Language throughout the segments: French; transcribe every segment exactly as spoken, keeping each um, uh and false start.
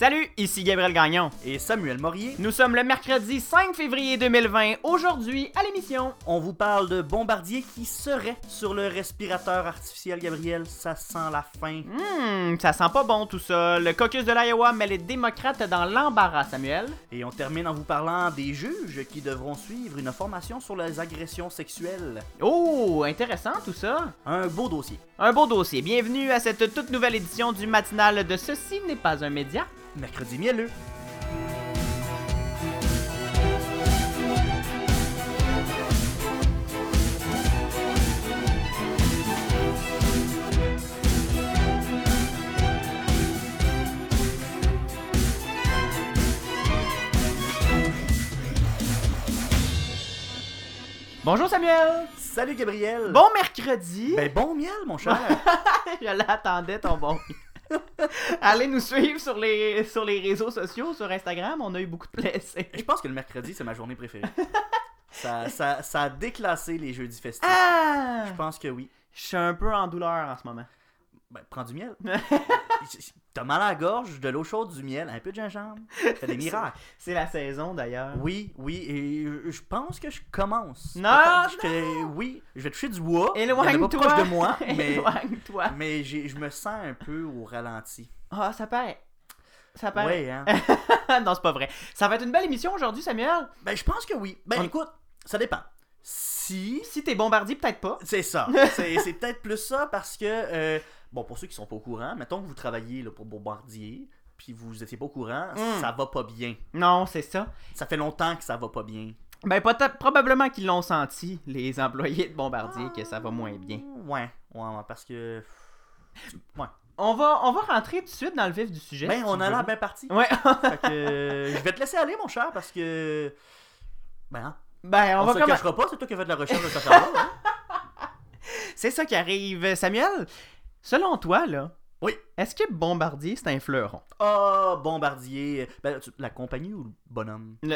Salut, ici Gabriel Gagnon. Et Samuel Morier. Nous sommes le mercredi cinq février deux mille vingt. Aujourd'hui, à l'émission, on vous parle de Bombardier qui serait sur le respirateur artificiel, Gabriel. Ça sent la fin. Hum, ça sent pas bon tout ça. Le caucus de l'Iowa met les démocrates dans l'embarras, Samuel. Et on termine en vous parlant des juges qui devront suivre une formation sur les agressions sexuelles. Oh, intéressant tout ça. Un beau dossier. Un beau dossier. Bienvenue à cette toute nouvelle édition du matinal de Ceci n'est pas un média. Mercredi mielleux. Bonjour Samuel. Salut Gabriel. Bon mercredi. Ben bon miel mon cher. Je l'attendais ton bon miel. Allez nous suivre sur les, sur les réseaux sociaux, sur Instagram, on a eu beaucoup de plaisir. Je pense que le mercredi, c'est ma journée préférée. ça, ça, ça a déclassé les jeudis festifs. Ah! Je pense que oui. Je suis un peu en douleur en ce moment. Ben, prends du miel. T'as mal à la gorge, de l'eau chaude, du miel, un peu de gingembre. Fais des miracles. C'est la saison d'ailleurs. Oui, oui, et je pense que je commence. Non, non! Que, oui, je vais toucher du bois. Éloigne-toi. Pas proche de moi, mais, Éloigne-toi. mais j'ai, je me sens un peu au ralenti. Ah, ça paraît. Ça paraît. Oui, hein. Non, c'est pas vrai. Ça va être une belle émission aujourd'hui, Samuel. Ben, je pense que oui. Ben, On... écoute, ça dépend. Si... Si t'es bombardier, peut-être pas. C'est ça. c'est, c'est peut-être plus ça parce que... Euh, bon, pour ceux qui sont pas au courant, mettons que vous travaillez là, pour Bombardier, puis vous étiez pas au courant, mm. ça va pas bien. Non, c'est ça. Ça fait longtemps que ça va pas bien. Ben, probablement qu'ils l'ont senti, les employés de Bombardier, ah, que ça va moins bien. Ouais, ouais, ouais parce que... Ouais. On va, on va rentrer tout de suite dans le vif du sujet. Ben, si on a veux. l'air bien parti. Ouais. Fait que euh, je vais te laisser aller, mon cher, parce que... Ben, hein? Ben, on, on va se comme... cachera pas, c'est toi qui as fait de la recherche de cette affaire-là. Hein? C'est ça qui arrive. Samuel, selon toi, là, oui. Est-ce que Bombardier, c'est un fleuron? Ah, oh, Bombardier. Ben, la compagnie ou le bonhomme? Le...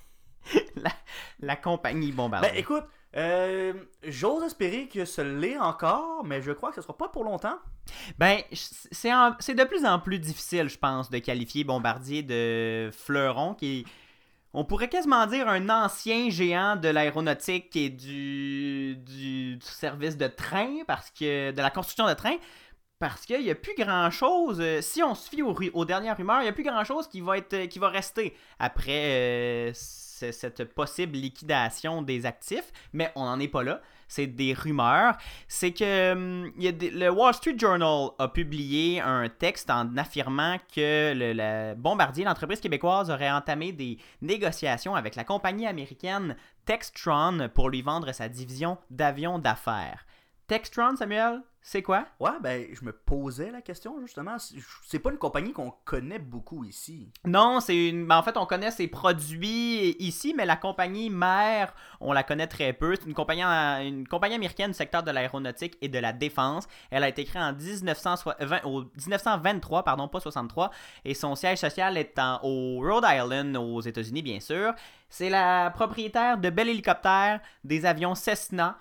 la, la compagnie Bombardier. Ben, écoute, euh, j'ose espérer que ce l'est encore, mais je crois que ce sera pas pour longtemps. Ben, c'est, en, c'est de plus en plus difficile, je pense, de qualifier Bombardier de fleuron, qui est... On pourrait quasiment dire un ancien géant de l'aéronautique et du, du, du service de train, parce que de la construction de trains, parce qu'il n'y a plus grand-chose, euh, si on se fie aux, aux dernières rumeurs, il n'y a plus grand-chose qui va, être, qui va rester après euh, c- cette possible liquidation des actifs, mais on n'en est pas là. C'est des rumeurs. C'est que hum, y a des, le Wall Street Journal a publié un texte en affirmant que le, le Bombardier, l'entreprise québécoise, aurait entamé des négociations avec la compagnie américaine Textron pour lui vendre sa division d'avions d'affaires. Textron, Samuel, c'est quoi? Ouais, ben, je me posais la question, justement. C'est pas une compagnie qu'on connaît beaucoup ici. Non, c'est une... Ben, en fait, on connaît ses produits ici, mais la compagnie mère, on la connaît très peu. C'est une compagnie, une compagnie américaine du secteur de l'aéronautique et de la défense. Elle a été créée en dix-neuf cent vingt... au dix-neuf cent vingt-trois, pardon, pas soixante-trois, et son siège social est en... au Rhode Island, aux États-Unis, bien sûr. C'est la propriétaire de Bell Helicopter, des avions Cessna,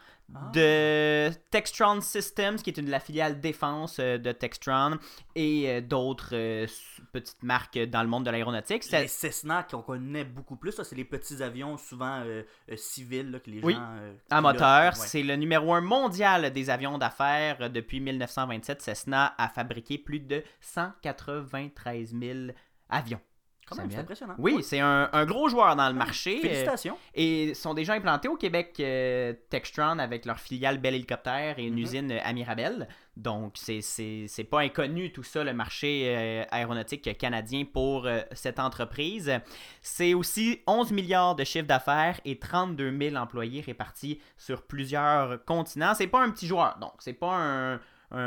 de Textron Systems, qui est une de la filiale défense euh, de Textron, et euh, d'autres euh, petites marques dans le monde de l'aéronautique. Les Cessna qu'on connaît beaucoup plus, ça, c'est les petits avions souvent euh, euh, civils là, que les oui. gens... Euh, à moteur, ouais. C'est le numéro un mondial des avions d'affaires. Depuis dix-neuf cent vingt-sept, Cessna a fabriqué plus de cent quatre-vingt-treize mille avions. Quand même, c'est impressionnant. Oui, c'est un, un gros joueur dans le marché. Félicitations. Euh, et sont déjà implantés au Québec, euh, Textron, avec leur filiale Bell Helicopter et une mm-hmm. usine euh, Amirabel. Donc, c'est, c'est, c'est pas inconnu tout ça, le marché euh, aéronautique canadien pour euh, cette entreprise. C'est aussi onze milliards de chiffre d'affaires et trente-deux mille employés répartis sur plusieurs continents. C'est pas un petit joueur, donc c'est pas un...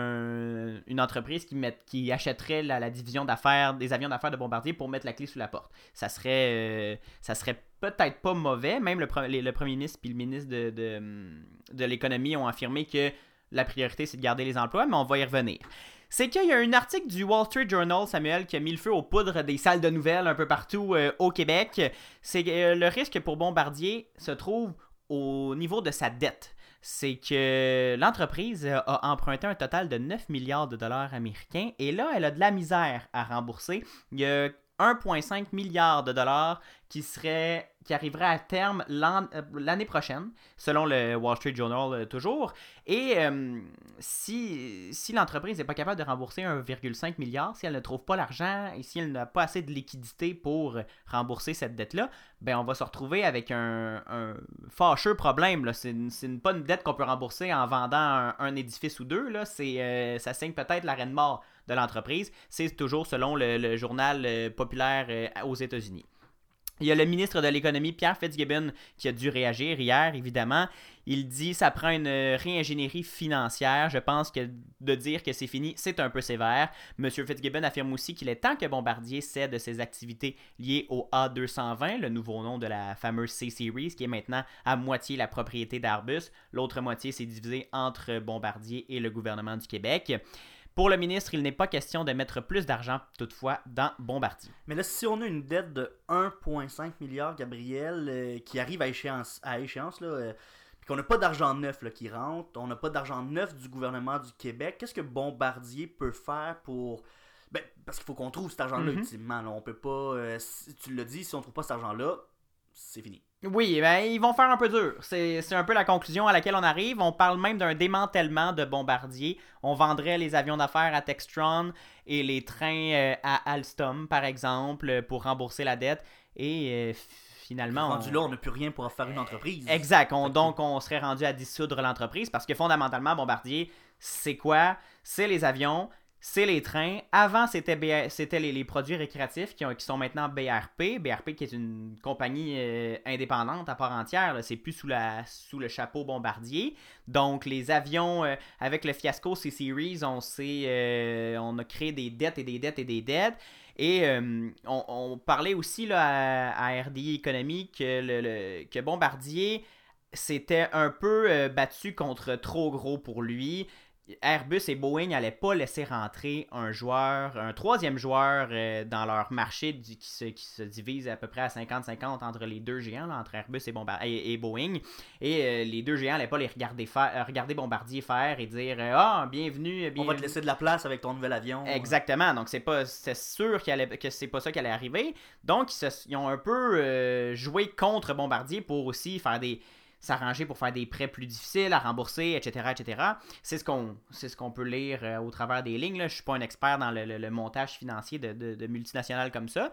Un, une entreprise qui, met, qui achèterait la, la division d'affaires, des avions d'affaires de Bombardier pour mettre la clé sous la porte. Ça serait, euh, ça serait peut-être pas mauvais. Même le, le, le premier ministre et le ministre de, de, de l'économie ont affirmé que la priorité, c'est de garder les emplois, mais on va y revenir. C'est qu'il y a un article du Wall Street Journal, Samuel, qui a mis le feu aux poudres des salles de nouvelles un peu partout euh, au Québec. C'est que euh, le risque pour Bombardier se trouve au niveau de sa dette. C'est que l'entreprise a emprunté un total de neuf milliards de dollars américains et là, elle a de la misère à rembourser. Il y a un virgule cinq milliard de dollars qui serait qui arriverait à terme l'an, euh, l'année prochaine, selon le Wall Street Journal euh, toujours. Et euh, si, si l'entreprise n'est pas capable de rembourser un virgule cinq milliard, si elle ne trouve pas l'argent et si elle n'a pas assez de liquidité pour rembourser cette dette-là, ben on va se retrouver avec un, un fâcheux problème. Là. C'est, c'est pas une dette qu'on peut rembourser en vendant un, un édifice ou deux. Là. C'est, euh, ça signe peut-être l'arrêt de mort de l'entreprise. C'est toujours selon le, le journal euh, populaire euh, aux États-Unis. Il y a le ministre de l'Économie, Pierre Fitzgibbon, qui a dû réagir hier, évidemment. Il dit « ça prend une réingénierie financière. Je pense que de dire que c'est fini, c'est un peu sévère. » M. Fitzgibbon affirme aussi qu'il est temps que Bombardier cède ses activités liées au A deux cent vingt, le nouveau nom de la fameuse C-Series, qui est maintenant à moitié la propriété d'Airbus. L'autre moitié s'est divisée entre Bombardier et le gouvernement du Québec. Pour le ministre, il n'est pas question de mettre plus d'argent, toutefois, dans Bombardier. Mais là, si on a une dette de un virgule cinq milliard, Gabriel, euh, qui arrive à échéance, à échéance là, euh, puis qu'on n'a pas d'argent neuf là, qui rentre, on n'a pas d'argent neuf du gouvernement du Québec, qu'est-ce que Bombardier peut faire pour... Ben, parce qu'il faut qu'on trouve cet argent-là, mm-hmm. ultimement. Là. On peut pas... Euh, si, tu l'as dit, si on trouve pas cet argent-là, c'est fini. Oui, ben, ils vont faire un peu dur. C'est, c'est un peu la conclusion à laquelle on arrive. On parle même d'un démantèlement de Bombardier. On vendrait les avions d'affaires à Textron et les trains euh, à Alstom, par exemple, pour rembourser la dette. Et euh, finalement... Rendu on... là, on n'a plus rien pour en faire une entreprise. Exact. On, donc, on serait rendu à dissoudre l'entreprise parce que fondamentalement, Bombardier, c'est quoi? C'est les avions... C'est les trains. Avant, c'était, B R... c'était les, les produits récréatifs qui, ont, qui sont maintenant B R P. B R P qui est une compagnie euh, indépendante à part entière. Là. C'est plus sous, la, sous le chapeau Bombardier. Donc, les avions, euh, avec le fiasco C-Series, on, s'est, euh, on a créé des dettes et des dettes et des dettes. Et euh, on, on parlait aussi là, à, à R D I Économie que, le, le, que Bombardier s'était un peu euh, battu contre trop gros pour lui. Airbus et Boeing n'allaient pas laisser rentrer un joueur, un troisième joueur euh, dans leur marché du, qui, se, qui se divise à peu près à cinquante cinquante entre les deux géants, là, entre Airbus et, Bombard- et, et Boeing. Et euh, les deux géants n'allaient pas les regarder, faire, euh, regarder Bombardier faire et dire euh, « Ah, bienvenue, bienvenue. » On va te laisser de la place avec ton nouvel avion. Exactement. Donc, c'est pas c'est sûr qu'il allait, que c'est pas ça qui allait arriver. Donc, ils, se, ils ont un peu euh, joué contre Bombardier pour aussi faire des... s'arranger pour faire des prêts plus difficiles à rembourser, et cetera, et cetera. C'est ce qu'on, c'est ce qu'on peut lire euh, au travers des lignes. Là. Je ne suis pas un expert dans le, le, le montage financier de, de, de multinationales comme ça.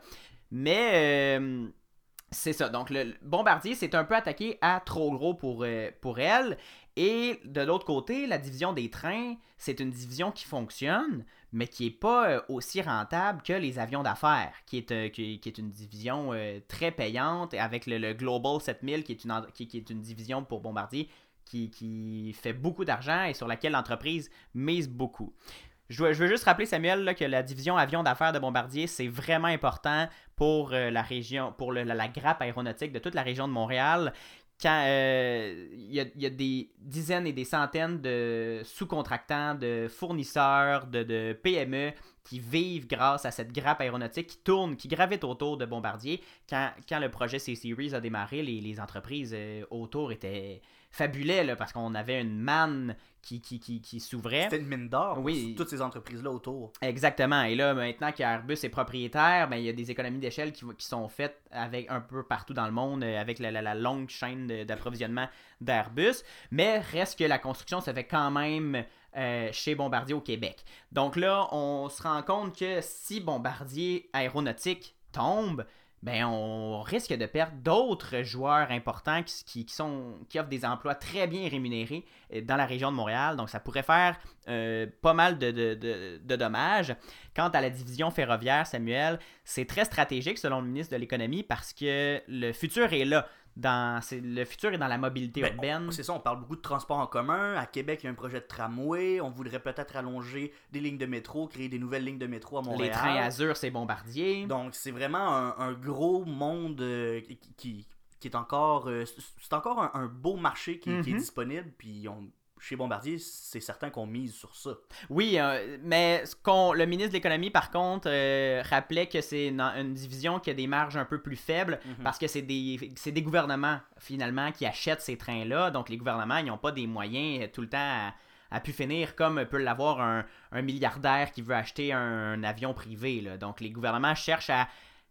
Mais euh, c'est ça. Donc, le Bombardier s'est un peu attaqué à trop gros pour, euh, pour elle. Et de l'autre côté, la division des trains, c'est une division qui fonctionne, mais qui n'est pas aussi rentable que les avions d'affaires, qui est, euh, qui, qui est une division euh, très payante, avec le, le Global sept mille, qui est une, qui, qui est une division pour Bombardier, qui, qui fait beaucoup d'argent et sur laquelle l'entreprise mise beaucoup. Je veux, je veux juste rappeler, Samuel, là, que la division avions d'affaires de Bombardier, c'est vraiment important pour euh, la région, pour le, la, la grappe aéronautique de toute la région de Montréal. Quand il euh, y, y a des dizaines et des centaines de sous-contractants, de fournisseurs, de, de P M E qui vivent grâce à cette grappe aéronautique qui tourne, qui gravite autour de Bombardier. Quand, quand le projet C-Series a démarré, les, les entreprises euh, autour étaient fabulaient là, parce qu'on avait une manne qui, qui, qui, qui s'ouvrait. C'était une mine d'or oui. pour toutes ces entreprises-là autour. Exactement. Et là, maintenant qu'Airbus est propriétaire, ben, il y a des économies d'échelle qui, qui sont faites avec un peu partout dans le monde, avec la, la, la longue chaîne de, d'approvisionnement d'Airbus. Mais reste que la construction se fait quand même euh, chez Bombardier au Québec. Donc là, on se rend compte que si Bombardier Aéronautique tombe, ben on risque de perdre d'autres joueurs importants qui, qui, qui, sont, qui offrent des emplois très bien rémunérés dans la région de Montréal. Donc, ça pourrait faire euh, pas mal de, de, de, de dommages. Quant à la division ferroviaire, Samuel, c'est très stratégique selon le ministre de l'Économie parce que le futur est là. Dans, c'est, le futur est dans la mobilité ben, urbaine. On, c'est ça, on parle beaucoup de transport en commun. À Québec, il y a un projet de tramway. On voudrait peut-être allonger des lignes de métro, créer des nouvelles lignes de métro à Montréal. Les trains Azur, c'est Bombardier. Donc, c'est vraiment un, un gros monde euh, qui, qui, qui est encore... Euh, c'est encore un, un beau marché qui, mm-hmm. qui est disponible. Puis, on... chez Bombardier, c'est certain qu'on mise sur ça. Oui, euh, mais ce qu'on, le ministre de l'Économie, par contre, euh, rappelait que c'est une, une division qui a des marges un peu plus faibles mm-hmm. parce que c'est des, c'est des gouvernements, finalement, qui achètent ces trains-là. Donc, les gouvernements, ils n'ont pas des moyens tout le temps à, à pu finir comme peut l'avoir un, un milliardaire qui veut acheter un, un avion privé. Là. Donc, les gouvernements cherchent à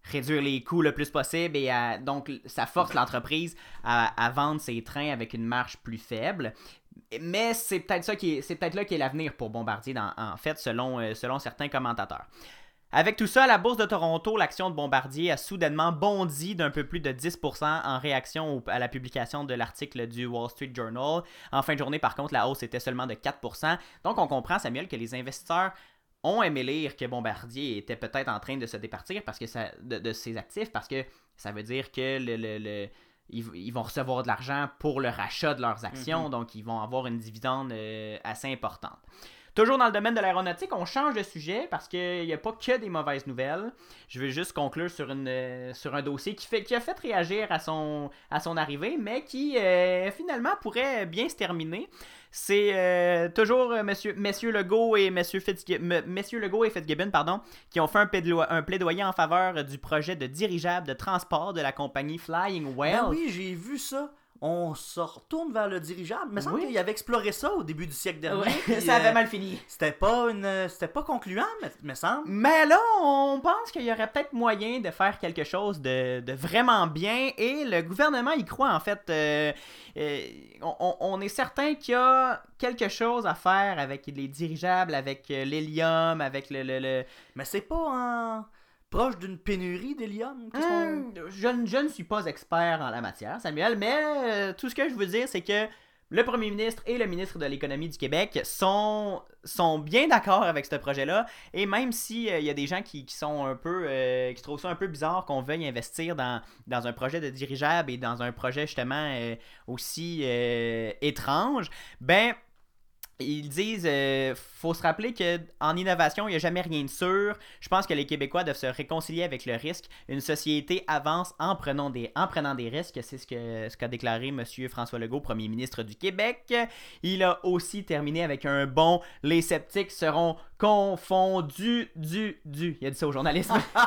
réduire les coûts le plus possible et à, donc ça force l'entreprise à, à vendre ses trains avec une marge plus faible. Mais c'est peut-être ça qui est, c'est peut-être là qu'est l'avenir pour Bombardier, dans, en fait, selon, euh, selon certains commentateurs. Avec tout ça, la bourse de Toronto, l'action de Bombardier a soudainement bondi d'un peu plus de dix pour cent en réaction au, à la publication de l'article du Wall Street Journal. En fin de journée, par contre, la hausse était seulement de quatre pour cent. Donc, on comprend, Samuel, que les investisseurs ont aimé lire que Bombardier était peut-être en train de se départir parce que ça, de, de ses actifs, parce que ça veut dire que le... le, le Ils, ils vont recevoir de l'argent pour le rachat de leurs actions, mm-hmm. donc ils vont avoir une dividende euh, assez importante. Toujours dans le domaine de l'aéronautique, on change de sujet parce qu'il n'y a pas que des mauvaises nouvelles. Je vais juste conclure sur, une, euh, sur un dossier qui, fait, qui a fait réagir à son, à son arrivée, mais qui euh, finalement pourrait bien se terminer. C'est euh, toujours euh, monsieur, messieurs Legault et messieurs Fitzgibbon, messieurs Legault et Fitzgibbon pardon, qui ont fait un, pédo- un plaidoyer en faveur du projet de dirigeable de transport de la compagnie Flying Well. Ben oui, j'ai vu ça. On se retourne vers le dirigeable. Il me semble oui. qu'il avait exploré ça au début du siècle dernier. Ouais, ça avait euh, mal fini. C'était pas une, c'était pas concluant, me, me semble. Mais là, on pense qu'il y aurait peut-être moyen de faire quelque chose de, de vraiment bien et le gouvernement y croit en fait. Euh, euh, on, on est certain qu'il y a quelque chose à faire avec les dirigeables, avec l'hélium, avec le... le, le... Mais c'est pas un... proche d'une pénurie d'hélium? Hum, je, je ne suis pas expert en la matière, Samuel, mais euh, tout ce que je veux dire, c'est que le premier ministre et le ministre de l'Économie du Québec sont, sont bien d'accord avec ce projet-là. Et même s'il euh, y a des gens qui, qui sont un peu euh, qui trouvent ça un peu bizarre qu'on veuille investir dans, dans un projet de dirigeable et dans un projet justement euh, aussi euh, étrange, ben... Ils disent, euh, faut se rappeler qu'en innovation, il n'y a jamais rien de sûr. Je pense que les Québécois doivent se réconcilier avec le risque. Une société avance en prenant des, en prenant des risques. C'est ce que ce qu'a déclaré M. François Legault, premier ministre du Québec. Il a aussi terminé avec un bon « Les sceptiques seront confondus du du ». Il a dit ça aux journalistes.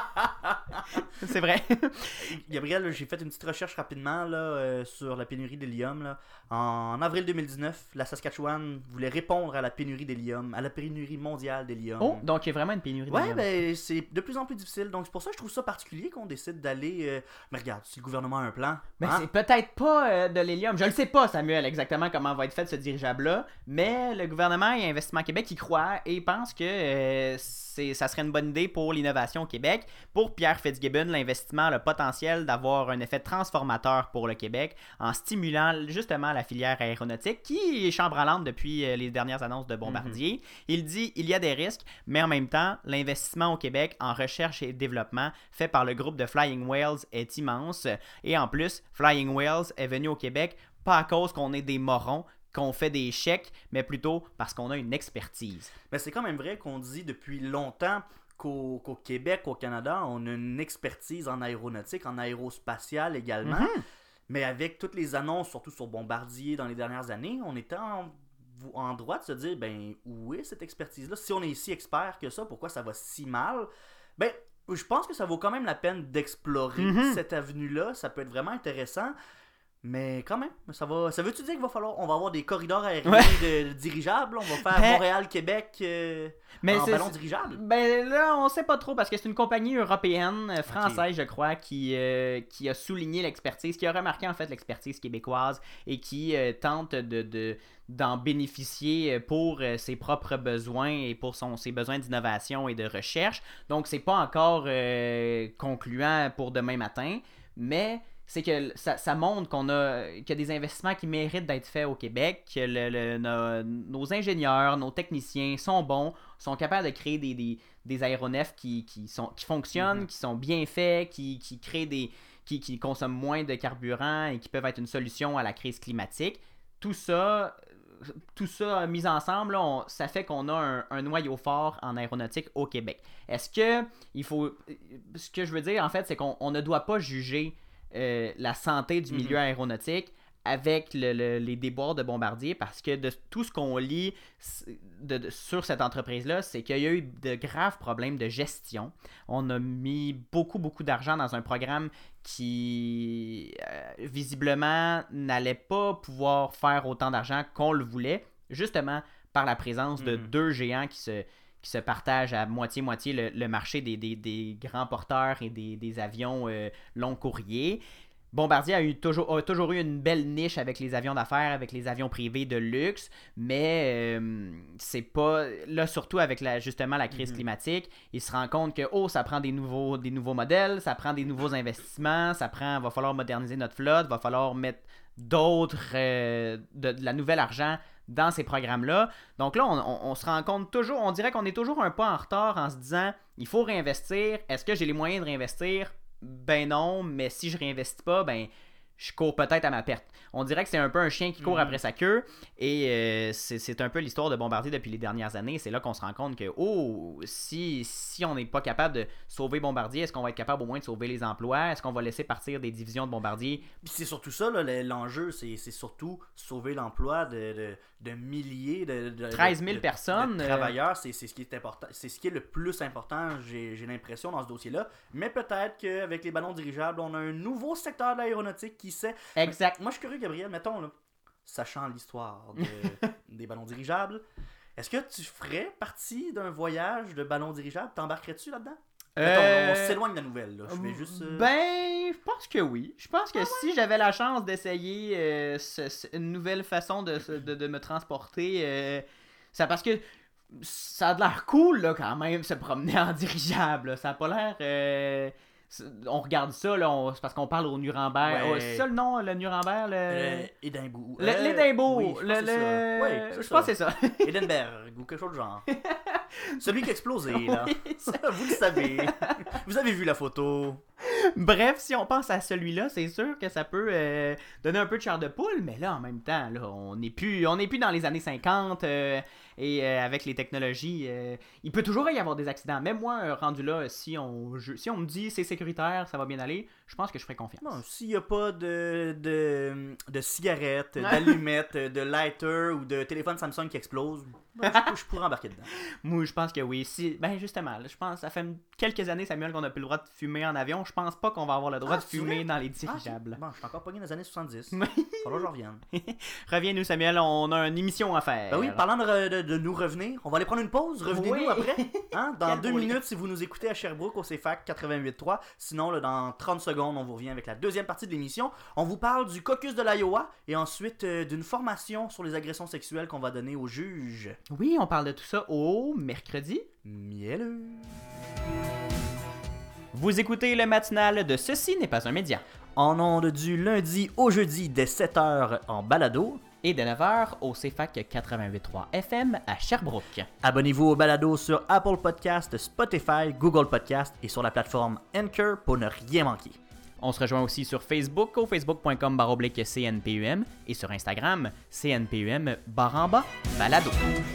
C'est vrai. Gabriel, j'ai fait une petite recherche rapidement là, euh, sur la pénurie d'hélium. Là. En avril deux mille dix-neuf, la Saskatchewan voulait répondre à la pénurie d'hélium, à la pénurie mondiale d'hélium. Oh, donc il y a vraiment une pénurie ouais, d'hélium. Ouais, ben c'est de plus en plus difficile. Donc c'est pour ça que je trouve ça particulier qu'on décide d'aller... Euh... Mais regarde, si le gouvernement a un plan... Ben hein? c'est peut-être pas euh, de l'hélium. Je le sais pas, Samuel, exactement comment va être fait ce dirigeable-là, mais le gouvernement et Investissement Québec y croient et pensent que euh, c'est, ça serait une bonne idée pour l'innovation au Québec. Pour Pierre Fitzgibbon, l'investissement a le potentiel d'avoir un effet transformateur pour le Québec en stimulant justement la filière aéronautique qui est chambranlante depuis les dernières annonces de Bombardier. Mm-hmm. Il dit il y a des risques, mais en même temps, l'investissement au Québec en recherche et développement fait par le groupe de Flying Whales est immense. Et en plus, Flying Whales est venu au Québec pas à cause qu'on est des morons, qu'on fait des chèques, mais plutôt parce qu'on a une expertise. Mais c'est quand même vrai qu'on dit depuis longtemps qu'au, qu'au Québec, au Canada, on a une expertise en aéronautique, en aérospatiale également. Mm-hmm. Mais avec toutes les annonces, surtout sur Bombardier dans les dernières années, on était en, en droit de se dire, ben, où est cette expertise-là? Si on est si expert que ça, pourquoi ça va si mal? Ben, je pense que ça vaut quand même la peine d'explorer mm-hmm. cette avenue-là. Ça peut être vraiment intéressant. Mais quand même, ça va. Ça veut-tu dire qu'il va falloir. On va avoir des corridors aériens ouais. de, de dirigeables? On va faire ben, Montréal-Québec euh, mais en ballon dirigeable? Ben là, on sait pas trop parce que c'est une compagnie européenne, française, okay. je crois, qui, euh, qui a souligné l'expertise, qui a remarqué en fait l'expertise québécoise et qui euh, tente de, de, d'en bénéficier pour euh, ses propres besoins et pour son, ses besoins d'innovation et de recherche. Donc, c'est pas encore euh, concluant pour demain matin, mais. C'est que ça, ça montre qu'on a, qu'il y a des investissements qui méritent d'être faits au Québec, que le, le, nos, nos ingénieurs, nos techniciens sont bons, sont capables de créer des, des, des aéronefs qui, qui, sont, qui fonctionnent, mm-hmm. qui sont bien faits, qui, qui créent des, qui, qui consomment moins de carburant et qui peuvent être une solution à la crise climatique. Tout ça, tout ça mis ensemble, là, on, ça fait qu'on a un, un noyau fort en aéronautique au Québec. Est-ce que il faut, ce que je veux dire en fait, c'est qu'on on ne doit pas juger Euh, la santé du milieu mm-hmm. aéronautique avec le, le, les déboires de Bombardier parce que de tout ce qu'on lit de, de, sur cette entreprise-là, c'est qu'il y a eu de graves problèmes de gestion. On a mis beaucoup, beaucoup d'argent dans un programme qui, euh, visiblement, n'allait pas pouvoir faire autant d'argent qu'on le voulait, justement par la présence mm-hmm. de deux géants qui se... qui qui se partagent à moitié-moitié le, le marché des, des, des grands porteurs et des, des avions euh, long courrier. Bombardier a, eu toujours, a toujours eu une belle niche avec les avions d'affaires, avec les avions privés de luxe, mais euh, c'est pas... Là, surtout avec la, justement la crise mm-hmm. climatique, il se rend compte que, oh, ça prend des nouveaux, des nouveaux modèles, ça prend des nouveaux investissements, ça prend... va falloir moderniser notre flotte, va falloir mettre d'autres... Euh, de, de la nouvelle argent dans ces programmes-là. Donc là, on, on, on se rend compte toujours... On dirait qu'on est toujours un pas en retard en se disant, il faut réinvestir. Est-ce que j'ai les moyens de réinvestir? Ben non, mais si je réinvestis pas, ben je cours peut-être à ma perte. On dirait que c'est un peu un chien qui court mmh. après sa queue, et euh, c'est, c'est un peu l'histoire de Bombardier depuis les dernières années. C'est là qu'on se rend compte que, oh, si, si on n'est pas capable de sauver Bombardier, est-ce qu'on va être capable au moins de sauver les emplois? Est-ce qu'on va laisser partir des divisions de Bombardier? Puis c'est surtout ça, là, l'enjeu, c'est, c'est surtout sauver l'emploi de, de, de milliers de, de treize mille de, personnes. De, de travailleurs. C'est, c'est, ce qui est important, c'est ce qui est le plus important, j'ai, j'ai l'impression, dans ce dossier-là. Mais peut-être qu'avec les ballons dirigeables, on a un nouveau secteur de l'aéronautique qui sait. Exact. Moi, je suis curieux, Gabriel, mettons, là, sachant l'histoire de, des ballons dirigeables, est-ce que tu ferais partie d'un voyage de ballons dirigeables? T'embarquerais-tu là-dedans? Mettons, euh... on s'éloigne de la nouvelle, là. Je vais juste... Euh... Ben, je pense que oui. Je pense que ah, si ouais. j'avais la chance d'essayer euh, ce, ce, une nouvelle façon de, de, de me transporter, euh, ça parce que ça a de l'air cool, là, quand même, se promener en dirigeable. Là. Ça a pas l'air... Euh... On regarde ça, là, on... c'est parce qu'on parle au Nuremberg. Ouais. Oh, c'est ça le nom, le Nuremberg? Le... Euh, Édimbourg. Le, euh, L'Édimbourg. Oui, je le, pense le... oui, je pense que c'est ça. Édenberg, ou quelque chose de genre. Celui qui a explosé, là. Oui, vous le savez. Vous avez vu la photo. Bref, si on pense à celui-là, c'est sûr que ça peut euh, donner un peu de chair de poule, mais là, en même temps, là, on n'est plus, on n'est plus dans les années cinquante, euh, et euh, avec les technologies, euh, il peut toujours y avoir des accidents. Même moi, euh, rendu là, si on, je, si on me dit c'est sécuritaire, ça va bien aller, je pense que je ferai confiance. Bon, s'il n'y a pas de, de, de cigarettes, d'allumettes, de lighter ou de téléphone Samsung qui explose, ben, je, je pourrais embarquer dedans. Moi, je pense que oui. Si, ben justement, là, je pense ça fait quelques années, Samuel, qu'on n'a plus le droit de fumer en avion. Je pense pas qu'on va avoir le droit ah, de fumer vrai? dans les dirigeables. Ah, bon, je suis encore pogné dans les années soixante-dix. Faudra que je revienne. Reviens-nous, Samuel, on a une émission à faire. Ben oui, parlant de, de, de nous revenir, on va aller prendre une pause. Revenez-nous oui. après. Hein? Dans deux minutes, si vous nous écoutez à Sherbrooke, au C F A C quatre-vingt-huit trois. Sinon, là, dans trente secondes, on vous revient avec la deuxième partie de l'émission. On vous parle du caucus de l'Iowa et ensuite euh, d'une formation sur les agressions sexuelles qu'on va donner aux juges. Oui, on parle de tout ça au mercredi mielleux. Vous écoutez le matinal de Ceci n'est pas un média. En ondes du lundi au jeudi dès sept heures en balado. Et de neuf heures au C F A C quatre-vingt-huit point trois F M à Sherbrooke. Abonnez-vous au balado sur Apple Podcast, Spotify, Google Podcast et sur la plateforme Anchor pour ne rien manquer. On se rejoint aussi sur Facebook au facebook point com barre oblique C N P U M et sur Instagram C N P U M barre en bas balado.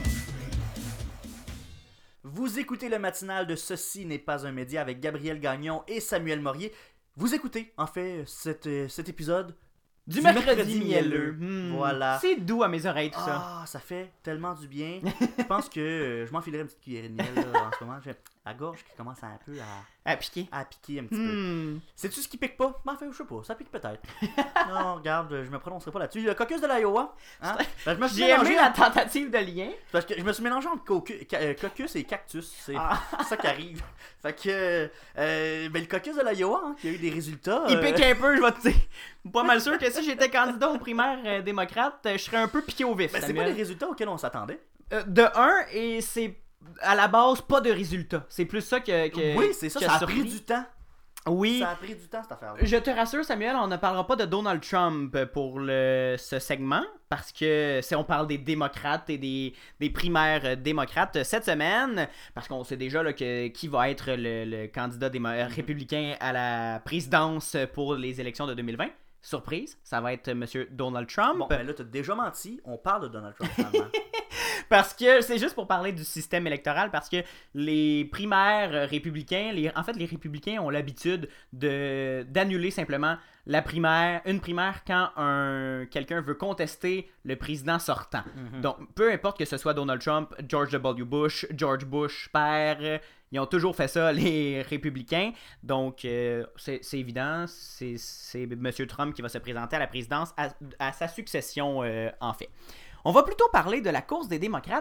Vous écoutez le matinal de Ceci n'est pas un média avec Gabriel Gagnon et Samuel Morier. Vous écoutez, en fait, cet, euh, cet épisode du, du mercredi, mercredi mielleux. Mmh. Voilà. C'est doux à mes oreilles, tout ça. Ah, ça fait tellement du bien. Je pense que euh, je m'enfilerais une petite cuillerée de miel là, en ce moment. J'ai la gorge qui commence un peu à... À piquer. À piquer un petit mmh. peu. Sais-tu ce qui pique pas? Ben, enfin, je sais pas. Ça pique peut-être. Non, regarde, je me prononcerai pas là-dessus. Le caucus de l'Iowa. Hein? Ben, je me suis J'ai aimé la tentative de lien. Parce que je me suis mélangé entre cocu... caucus et cactus. C'est ah. ça qui arrive. Fait que... Euh, ben, le caucus de l'Iowa, hein, qui a eu des résultats... Il euh... pique un peu, je vais te dire. Pas mal sûr que si j'étais candidat aux primaires euh, démocrates, je serais un peu piqué au vif. Ben, c'est pas les résultats auxquels on s'attendait. Euh, de un, et c'est... À la base, pas de résultats. C'est plus ça que. que oui, c'est ça, ça a surpris. pris du temps. Oui. Ça a pris du temps, cette affaire-là. Je te rassure, Samuel, on ne parlera pas de Donald Trump pour le, ce segment, parce que si on parle des démocrates et des, des primaires démocrates cette semaine, parce qu'on sait déjà là, que, qui va être le, le candidat démo- mm-hmm. républicain à la présidence pour les élections de deux mille vingt. Surprise, ça va être M. Donald Trump. Bon, ben là, t'as déjà menti. On parle de Donald Trump, finalement. Parce que c'est juste pour parler du système électoral, parce que les primaires républicains, les, en fait, les républicains ont l'habitude de, d'annuler simplement la primaire, une primaire quand un, quelqu'un veut contester le président sortant. Mm-hmm. Donc, peu importe que ce soit Donald Trump, George W. Bush, George Bush père, ils ont toujours fait ça, les républicains. Donc, euh, c'est, c'est évident, c'est, c'est M. Trump qui va se présenter à la présidence à, à sa succession, euh, en fait. On va plutôt parler de la course des démocrates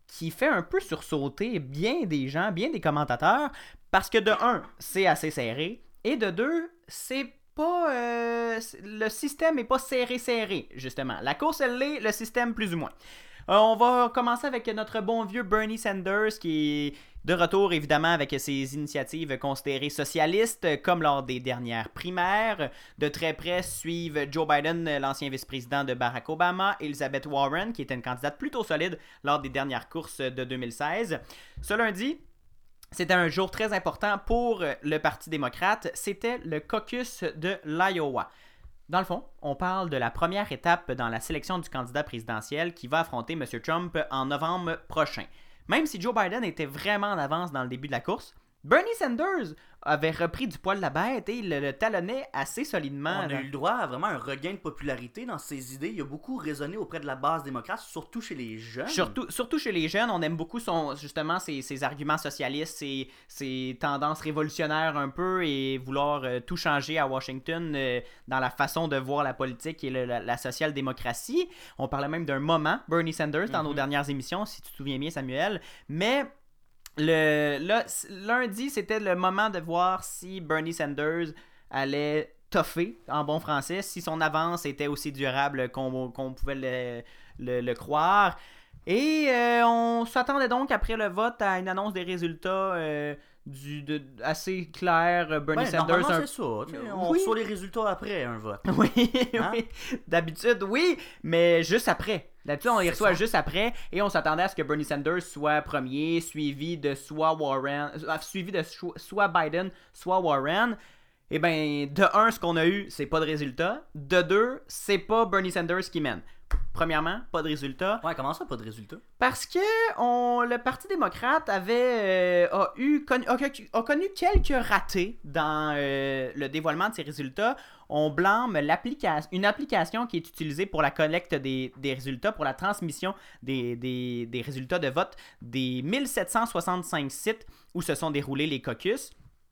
qui fait un peu sursauter bien des gens, bien des commentateurs, parce que de un, c'est assez serré, et de deux, c'est pas... Euh, le système est pas serré-serré, justement. La course, elle l'est, le système plus ou moins. Euh, on va commencer avec notre bon vieux Bernie Sanders, qui est de retour, évidemment, avec ses initiatives considérées socialistes, comme lors des dernières primaires. De très près suivent Joe Biden, l'ancien vice-président de Barack Obama, et Elizabeth Warren, qui était une candidate plutôt solide lors des dernières courses de deux mille seize. Ce lundi, c'était un jour très important pour le Parti démocrate. C'était le caucus de l'Iowa. Dans le fond, on parle de la première étape dans la sélection du candidat présidentiel qui va affronter M. Trump en novembre prochain. Même si Joe Biden était vraiment en avance dans le début de la course, Bernie Sanders avait repris du poil de la bête et le, le talonnait assez solidement. On a eu le droit à vraiment un regain de popularité dans ses idées. Il a beaucoup résonné auprès de la base démocrate, surtout chez les jeunes. Surtout, surtout chez les jeunes, on aime beaucoup son, justement ses, ses arguments socialistes, ses, ses tendances révolutionnaires un peu et vouloir euh, tout changer à Washington euh, dans la façon de voir la politique et le, la, la social-démocratie. On parlait même d'un moment, Bernie Sanders, dans mm-hmm. nos dernières émissions, si tu te souviens bien, Samuel. Mais... Le, le, lundi, c'était le moment de voir si Bernie Sanders allait toffer, en bon français, si son avance était aussi durable qu'on, qu'on pouvait le, le, le croire. Et euh, on s'attendait donc, après le vote, à une annonce des résultats euh, du, de, assez clairs. Bernie ben, Sanders... Normalement, un... c'est ça. On oui. reçoit les résultats après un vote. Oui, hein? oui. D'habitude, oui, mais juste après. D'habitude, on les reçoit juste après et on s'attendait à ce que Bernie Sanders soit premier, suivi de soit Warren, euh, suivi de soit Biden, soit Warren. Eh bien, de un, ce qu'on a eu, c'est pas de résultat. De deux, c'est pas Bernie Sanders qui mène. Premièrement, pas de résultat. Ouais, comment ça, pas de résultat? Parce que on, le Parti démocrate avait euh, a, eu, connu, a, a connu quelques ratés dans euh, le dévoilement de ses résultats. On blâme l'application, une application qui est utilisée pour la collecte des, des résultats, pour la transmission des, des, des résultats de vote des mille sept cent soixante-cinq sites où se sont déroulés les caucus.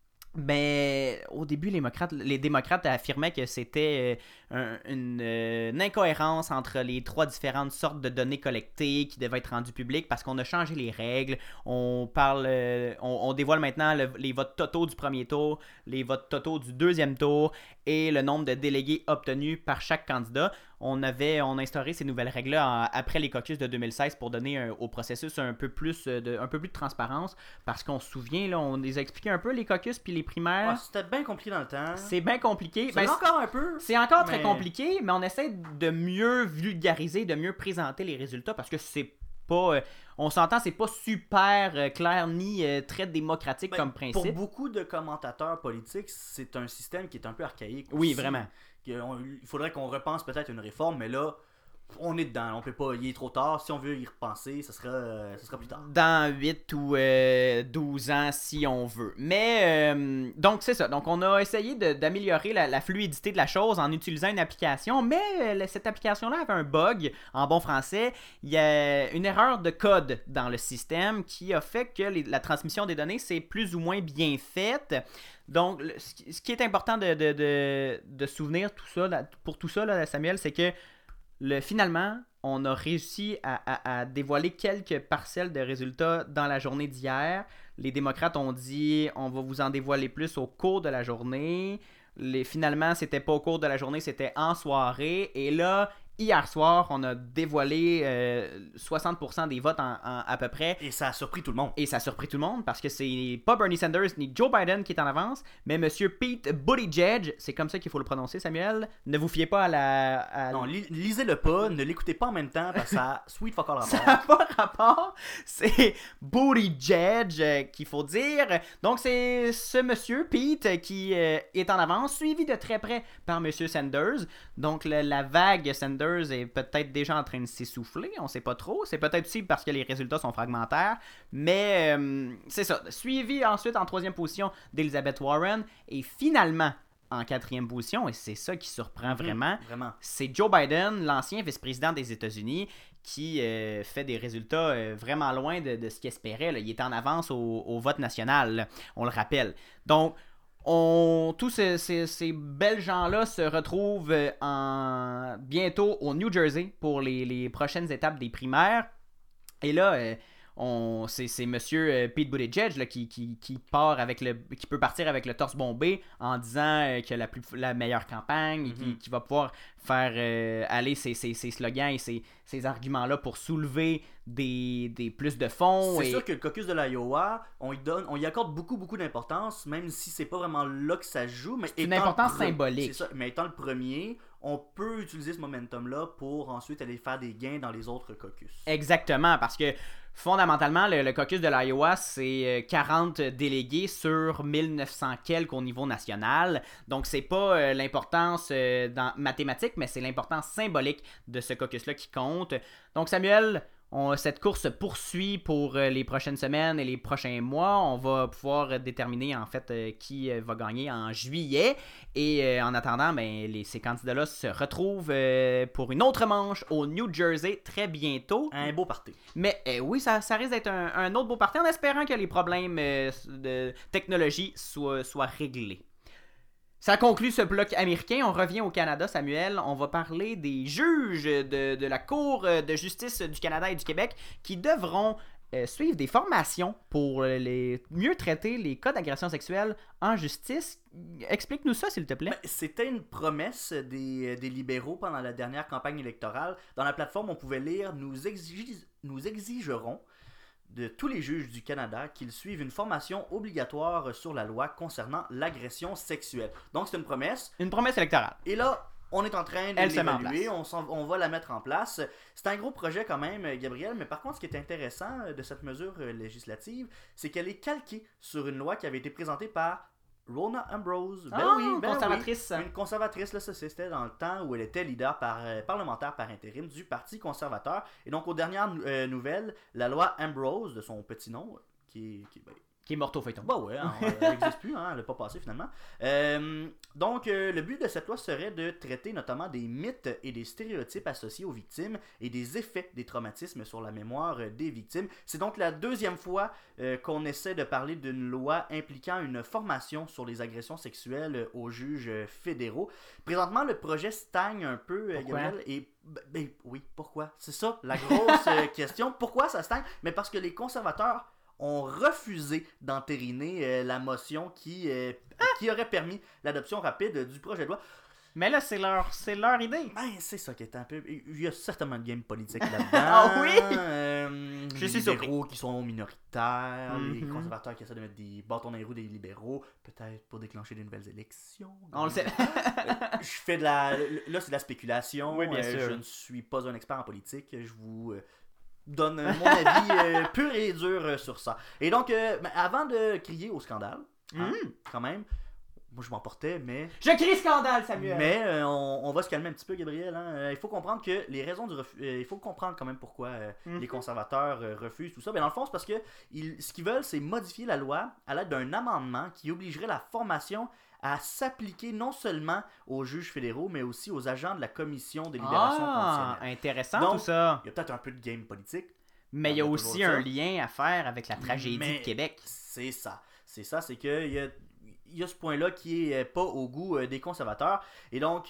Ben, au début, les démocrates, les démocrates affirmaient que c'était euh, un, une, euh, une incohérence entre les trois différentes sortes de données collectées qui devaient être rendues publiques parce qu'on a changé les règles. On parle, euh, on, on dévoile maintenant le, les votes totaux du premier tour, les votes totaux du deuxième tour et le nombre de délégués obtenus par chaque candidat. On avait, on a instauré ces nouvelles règles-là après les caucus de deux mille seize pour donner un, au processus un peu plus de, un peu plus de transparence parce qu'on se souvient, là, on les a expliqué un peu les caucus puis les primaires. Ouais, c'était bien compliqué dans le temps. C'est bien compliqué. C'est ben, encore un peu. C'est encore mais... très compliqué, mais on essaie de mieux vulgariser, de mieux présenter les résultats parce que c'est pas... Euh, on s'entend, c'est pas super euh, clair ni euh, très démocratique ben, comme principe. Pour beaucoup de commentateurs politiques, c'est un système qui est un peu archaïque. Oui, aussi. vraiment. Il faudrait qu'on repense peut-être une réforme, mais là, on est dedans. On peut pas, il est trop tard. Si on veut y repenser, ça sera, euh, ça sera plus tard. Dans huit ou euh, douze ans, si on veut. Mais, euh, donc c'est ça. Donc on a essayé de, d'améliorer la, la fluidité de la chose en utilisant une application, mais euh, cette application-là avait un bug, en bon français. Il y a une erreur de code dans le système qui a fait que les, la transmission des données s'est plus ou moins bien faite. Donc, le, ce qui est important de, de, de, de souvenir tout ça, là, pour tout ça, là, Samuel, c'est que le, finalement, on a réussi à, à, à dévoiler quelques parcelles de résultats dans la journée d'hier. Les démocrates ont dit on va vous en dévoiler plus au cours de la journée. Les, finalement, c'était pas au cours de la journée, c'était en soirée. Et là, hier soir, on a dévoilé euh, soixante pour cent des votes en, en, à peu près. Et ça a surpris tout le monde. Et ça a surpris tout le monde parce que c'est pas Bernie Sanders ni Joe Biden qui est en avance, mais Monsieur Pete Buttigieg, c'est comme ça qu'il faut le prononcer, Samuel. Ne vous fiez pas à la... À... Non, li- lisez-le pas, ne l'écoutez pas en même temps parce que ça a sweet fuck all rapport. Ça n'a pas rapport. C'est Buttigieg euh, qu'il faut dire. Donc c'est ce Monsieur Pete qui euh, est en avance, suivi de très près par Monsieur Sanders. Donc le, la vague Sanders est peut-être déjà en train de s'essouffler, on sait pas trop. C'est peut-être aussi parce que les résultats sont fragmentaires, mais euh, c'est ça. Suivi ensuite en troisième position d'Elizabeth Warren et finalement en quatrième position, et c'est ça qui surprend vraiment, mmh, vraiment. c'est Joe Biden, l'ancien vice-président des États-Unis, qui euh, fait des résultats euh, vraiment loin de, de ce qu'il espérait. Là. Il est en avance au, au vote national, là, on le rappelle. Donc, On, tous ces, ces, ces belles gens-là se retrouvent en, bientôt au New Jersey pour les, les prochaines étapes des primaires. Et là, euh, on, c'est, c'est monsieur euh, Pete Buttigieg là, qui, qui, qui, part avec le, qui peut partir avec le torse bombé en disant euh, qu'il a la, plus, la meilleure campagne, mm-hmm. et qui, qui va pouvoir faire euh, aller ses, ses, ses slogans et ses, ses arguments-là pour soulever des, des plus de fonds. C'est et... sûr que le caucus de l'Iowa, on y, donne, on y accorde beaucoup, beaucoup d'importance, même si c'est pas vraiment là que ça se joue. Mais c'est une importance pre- symbolique. C'est ça, mais étant le premier, on peut utiliser ce momentum-là pour ensuite aller faire des gains dans les autres caucus. Exactement, parce que fondamentalement, le, le caucus de l'Iowa, c'est quarante délégués sur mille neuf cents quelques au niveau national. Donc, c'est pas euh, l'importance euh, dans, mathématique, mais c'est l'importance symbolique de ce caucus-là qui compte. Donc, Samuel, on, cette course se poursuit pour euh, les prochaines semaines et les prochains mois. On va pouvoir déterminer, en fait, euh, qui euh, va gagner en juillet. Et euh, en attendant, ben, les, ces candidats-là se retrouvent euh, pour une autre manche au New Jersey très bientôt. Un beau party. Mais euh, oui, ça, ça risque d'être un, un autre beau party en espérant que les problèmes euh, de technologie soient, soient réglés. Ça conclut ce bloc américain. On revient au Canada, Samuel. On va parler des juges de, de la Cour de justice du Canada et du Québec qui devront euh, suivre des formations pour les, mieux traiter les cas d'agression sexuelle en justice. Explique-nous ça, s'il te plaît. Ben, c'était une promesse des, des libéraux pendant la dernière campagne électorale. Dans la plateforme, on pouvait lire « Nous, exige, nous exigerons de tous les juges du Canada qu'ils suivent une formation obligatoire sur la loi concernant l'agression sexuelle. » Donc, c'est une promesse. Une promesse électorale. Et là, on est en train de Elle l'évaluer, on, on va la mettre en place. C'est un gros projet quand même, Gabriel, mais par contre, ce qui est intéressant de cette mesure législative, c'est qu'elle est calquée sur une loi qui avait été présentée par Rona Ambrose. Ben ah, oui, ben conservatrice. Oui, une conservatrice, là, ça c'était dans le temps où elle était leader par, euh, parlementaire par intérim du Parti conservateur. Et donc, aux dernières euh, nouvelles, la loi Ambrose, de son petit nom, qui est... Qui, ben, qui est morte au feuilleton. Bah ouais, hein, elle n'existe plus, hein, elle n'a pas passé finalement. Euh, donc, euh, le but de cette loi serait de traiter notamment des mythes et des stéréotypes associés aux victimes et des effets des traumatismes sur la mémoire des victimes. C'est donc la deuxième fois euh, qu'on essaie de parler d'une loi impliquant une formation sur les agressions sexuelles aux juges fédéraux. Présentement, le projet stagne un peu, pourquoi? Gabriel, et ben, ben, oui, pourquoi? C'est ça, la grosse question. Pourquoi ça stagne? Mais parce que les conservateurs ont refusé d'entériner euh, la motion qui, euh, ah! qui aurait permis l'adoption rapide du projet de loi. Mais là, c'est leur, c'est leur idée. Ben, c'est ça qui est un peu... Il y a certainement de game politique là-dedans. Ah oui? Euh, Je suis les surpris. libéraux qui sont minoritaires, mm-hmm. les conservateurs qui essaient de mettre des bâtons dans les roues des libéraux, peut-être pour déclencher des nouvelles élections. On le sait. Je fais de la... Là, c'est de la spéculation. Oui, bien euh, sûr. Je ne suis pas un expert en politique. Je vous... Euh, donne mon avis euh, pur et dur euh, sur ça. Et donc, euh, avant de crier au scandale, hein, mm. quand même, moi je m'emportais, mais... Je crie scandale, Samuel! Mais euh, on, on va se calmer un petit peu, Gabriel. Hein. Euh, il faut comprendre que les raisons du refus... Euh, il faut comprendre quand même pourquoi euh, mm. les conservateurs euh, refusent tout ça. Mais dans le fond, c'est parce que ils, ce qu'ils veulent, c'est modifier la loi à l'aide d'un amendement qui obligerait la formation à s'appliquer non seulement aux juges fédéraux, mais aussi aux agents de la commission des libérations ah, conditionnelles. Intéressant. Donc, tout ça. Il y a peut-être un peu de game politique. Mais il y a aussi un lien à faire avec la tragédie mais de Québec. C'est ça. C'est ça, c'est qu'il y a, y a ce point-là qui est pas au goût des conservateurs. Et donc,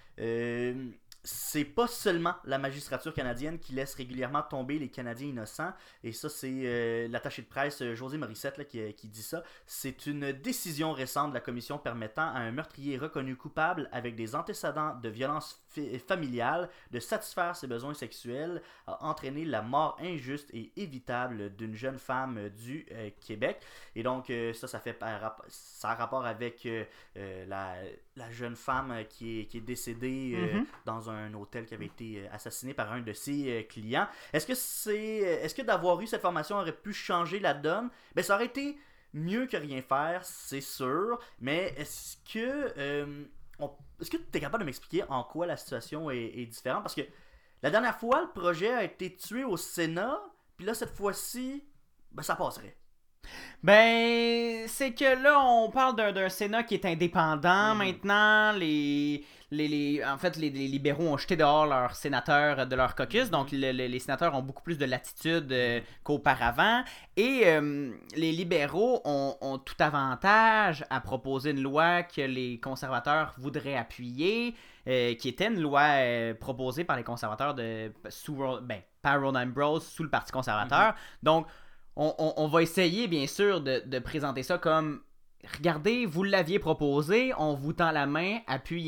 euh, c'est pas seulement la magistrature canadienne qui laisse régulièrement tomber les Canadiens innocents. Et ça, c'est euh, l'attaché de presse José Morissette là, qui, qui dit ça. C'est une décision récente de la commission permettant à un meurtrier reconnu coupable avec des antécédents de violence f- familiale de satisfaire ses besoins sexuels a entraîné la mort injuste et évitable d'une jeune femme du euh, Québec. Et donc, euh, ça, ça fait par, ça a rapport avec euh, euh, la, la jeune femme qui est, qui est décédée euh, mm-hmm. dans un un hôtel qui avait été assassiné par un de ses clients. Est-ce que c'est est-ce que d'avoir eu cette formation aurait pu changer la donne? Ben ça aurait été mieux que rien faire, c'est sûr, mais est-ce que euh, on, est-ce que tu es capable de m'expliquer en quoi la situation est, est différente? Parce que la dernière fois, le projet a été tué au Sénat, puis là cette fois-ci, ben ça passerait. Ben, c'est que là, on parle d'un, d'un Sénat qui est indépendant mmh. maintenant. Les, les, les, en fait, les, les libéraux ont jeté dehors leurs sénateurs de leur caucus. Mmh. Donc, le, le, les sénateurs ont beaucoup plus de latitude euh, qu'auparavant. Et euh, les libéraux ont, ont tout avantage à proposer une loi que les conservateurs voudraient appuyer, euh, qui était une loi euh, proposée par les conservateurs de sous... Ben, par Ronan Ambrose sous le Parti conservateur. Mm-hmm. Donc, on, on, on va essayer, bien sûr, de, de présenter ça comme « Regardez, vous l'aviez proposé, on vous tend la main, appuyez-nous. »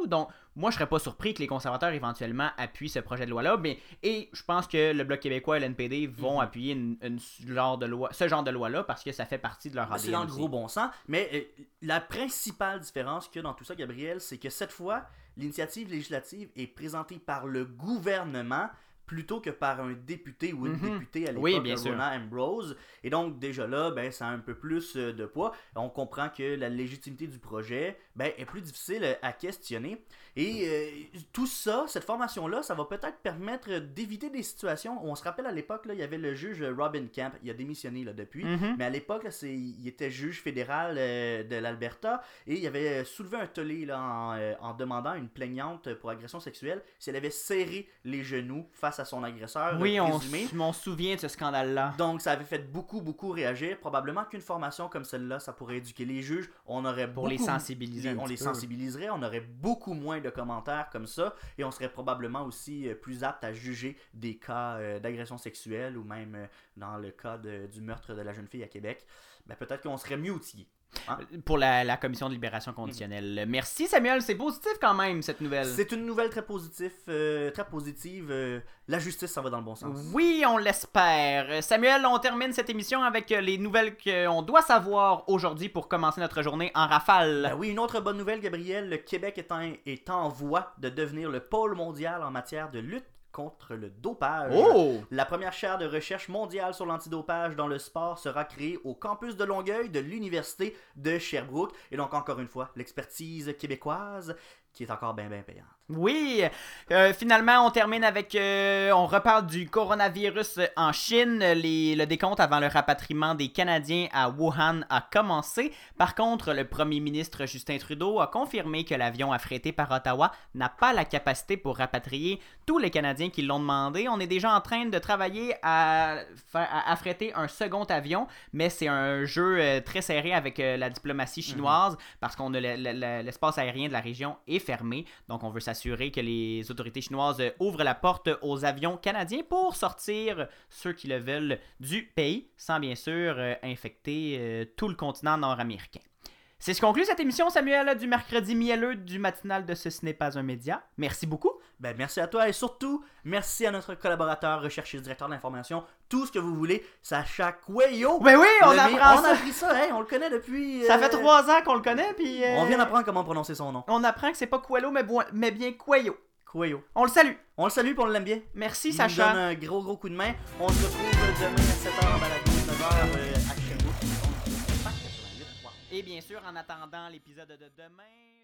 Donc, moi, je serais pas surpris que les conservateurs, éventuellement, appuient ce projet de loi-là. Mais, et je pense que le Bloc québécois et l'N P D vont mm-hmm. appuyer une, une, genre de loi, ce genre de loi-là parce que ça fait partie de leur A D N. C'est dans le gros bon sens. Mais euh, la principale différence qu'il y a dans tout ça, Gabriel, c'est que cette fois, l'initiative législative est présentée par le gouvernement plutôt que par un député ou une mm-hmm. députée à l'époque, oui, de Ronan Ambrose. Et donc, déjà là, ben, ça a un peu plus de poids. On comprend que la légitimité du projet ben, est plus difficile à questionner. Et euh, tout ça, cette formation-là, ça va peut-être permettre d'éviter des situations. On se rappelle à l'époque, là, il y avait le juge Robin Kemp. Il a démissionné là, depuis. Mm-hmm. Mais à l'époque, là, c'est, il était juge fédéral euh, de l'Alberta. Et il avait soulevé un tollé là, en, euh, en demandant à une plaignante pour agression sexuelle si elle avait serré les genoux face à son agresseur oui, présumé. Oui, on se souvient de ce scandale-là. Donc, ça avait fait beaucoup, beaucoup réagir. Probablement qu'une formation comme celle-là, ça pourrait éduquer les juges. On aurait pour beaucoup... les sensibiliser On les peu. sensibiliserait. On aurait beaucoup moins de commentaires comme ça. Et on serait probablement aussi plus apte à juger des cas euh, d'agression sexuelle ou même euh, dans le cas de, du meurtre de la jeune fille à Québec. Ben, peut-être qu'on serait mieux outillés. Hein? Pour la, la commission de libération conditionnelle. Mmh. Merci Samuel, c'est positif quand même cette nouvelle. C'est une nouvelle très positive, euh, très positive. Euh, la justice, ça va dans le bon sens. Oui, on l'espère. Samuel, on termine cette émission avec les nouvelles qu'on doit savoir aujourd'hui pour commencer notre journée en rafale. Ben oui, une autre bonne nouvelle, Gabriel. Le Québec est en, est en voie de devenir le pôle mondial en matière de lutte contre le dopage. Oh! La première chaire de recherche mondiale sur l'antidopage dans le sport sera créée au campus de Longueuil de l'Université de Sherbrooke. Et donc, encore une fois, l'expertise québécoise qui est encore bien, bien payante. Oui, euh, finalement, on termine avec... Euh, on reparle du coronavirus en Chine. Les, le décompte avant le rapatriement des Canadiens à Wuhan a commencé. Par contre, le premier ministre Justin Trudeau a confirmé que l'avion affrété par Ottawa n'a pas la capacité pour rapatrier tous les Canadiens qui l'ont demandé. On est déjà en train de travailler à, faire, à affréter un second avion, mais c'est un jeu euh, très serré avec euh, la diplomatie chinoise mm-hmm. parce qu'on a le, le, le, l'espace aérien de la région est fermé. Donc, on veut s'assurer que les autorités chinoises ouvrent la porte aux avions canadiens pour sortir ceux qui le veulent du pays, sans bien sûr euh, infecter euh, tout le continent nord-américain. C'est ce qui conclut cette émission, Samuel, du mercredi mielleux du matinal de Ce n'est pas un média. Merci beaucoup. Ben, merci à toi et surtout, merci à notre collaborateur, recherchiste, directeur de l'information. Tout ce que vous voulez, Sacha Quayo. Ben oui, on apprend on ça. a appris ça, hein, on le connaît depuis... Ça euh... fait trois ans qu'on le connaît, puis... Euh... On vient d'apprendre comment prononcer son nom. On apprend que c'est pas Coelho, mais, bo... mais bien Quayo. Quayo. On le salue. On le salue et on l'aime bien. Merci, Il Sacha. nous donne un gros, gros coup de main. On se retrouve demain à sept heures en balado, neuf heures euh, à Sherbrooke. Et bien sûr, en attendant l'épisode de demain...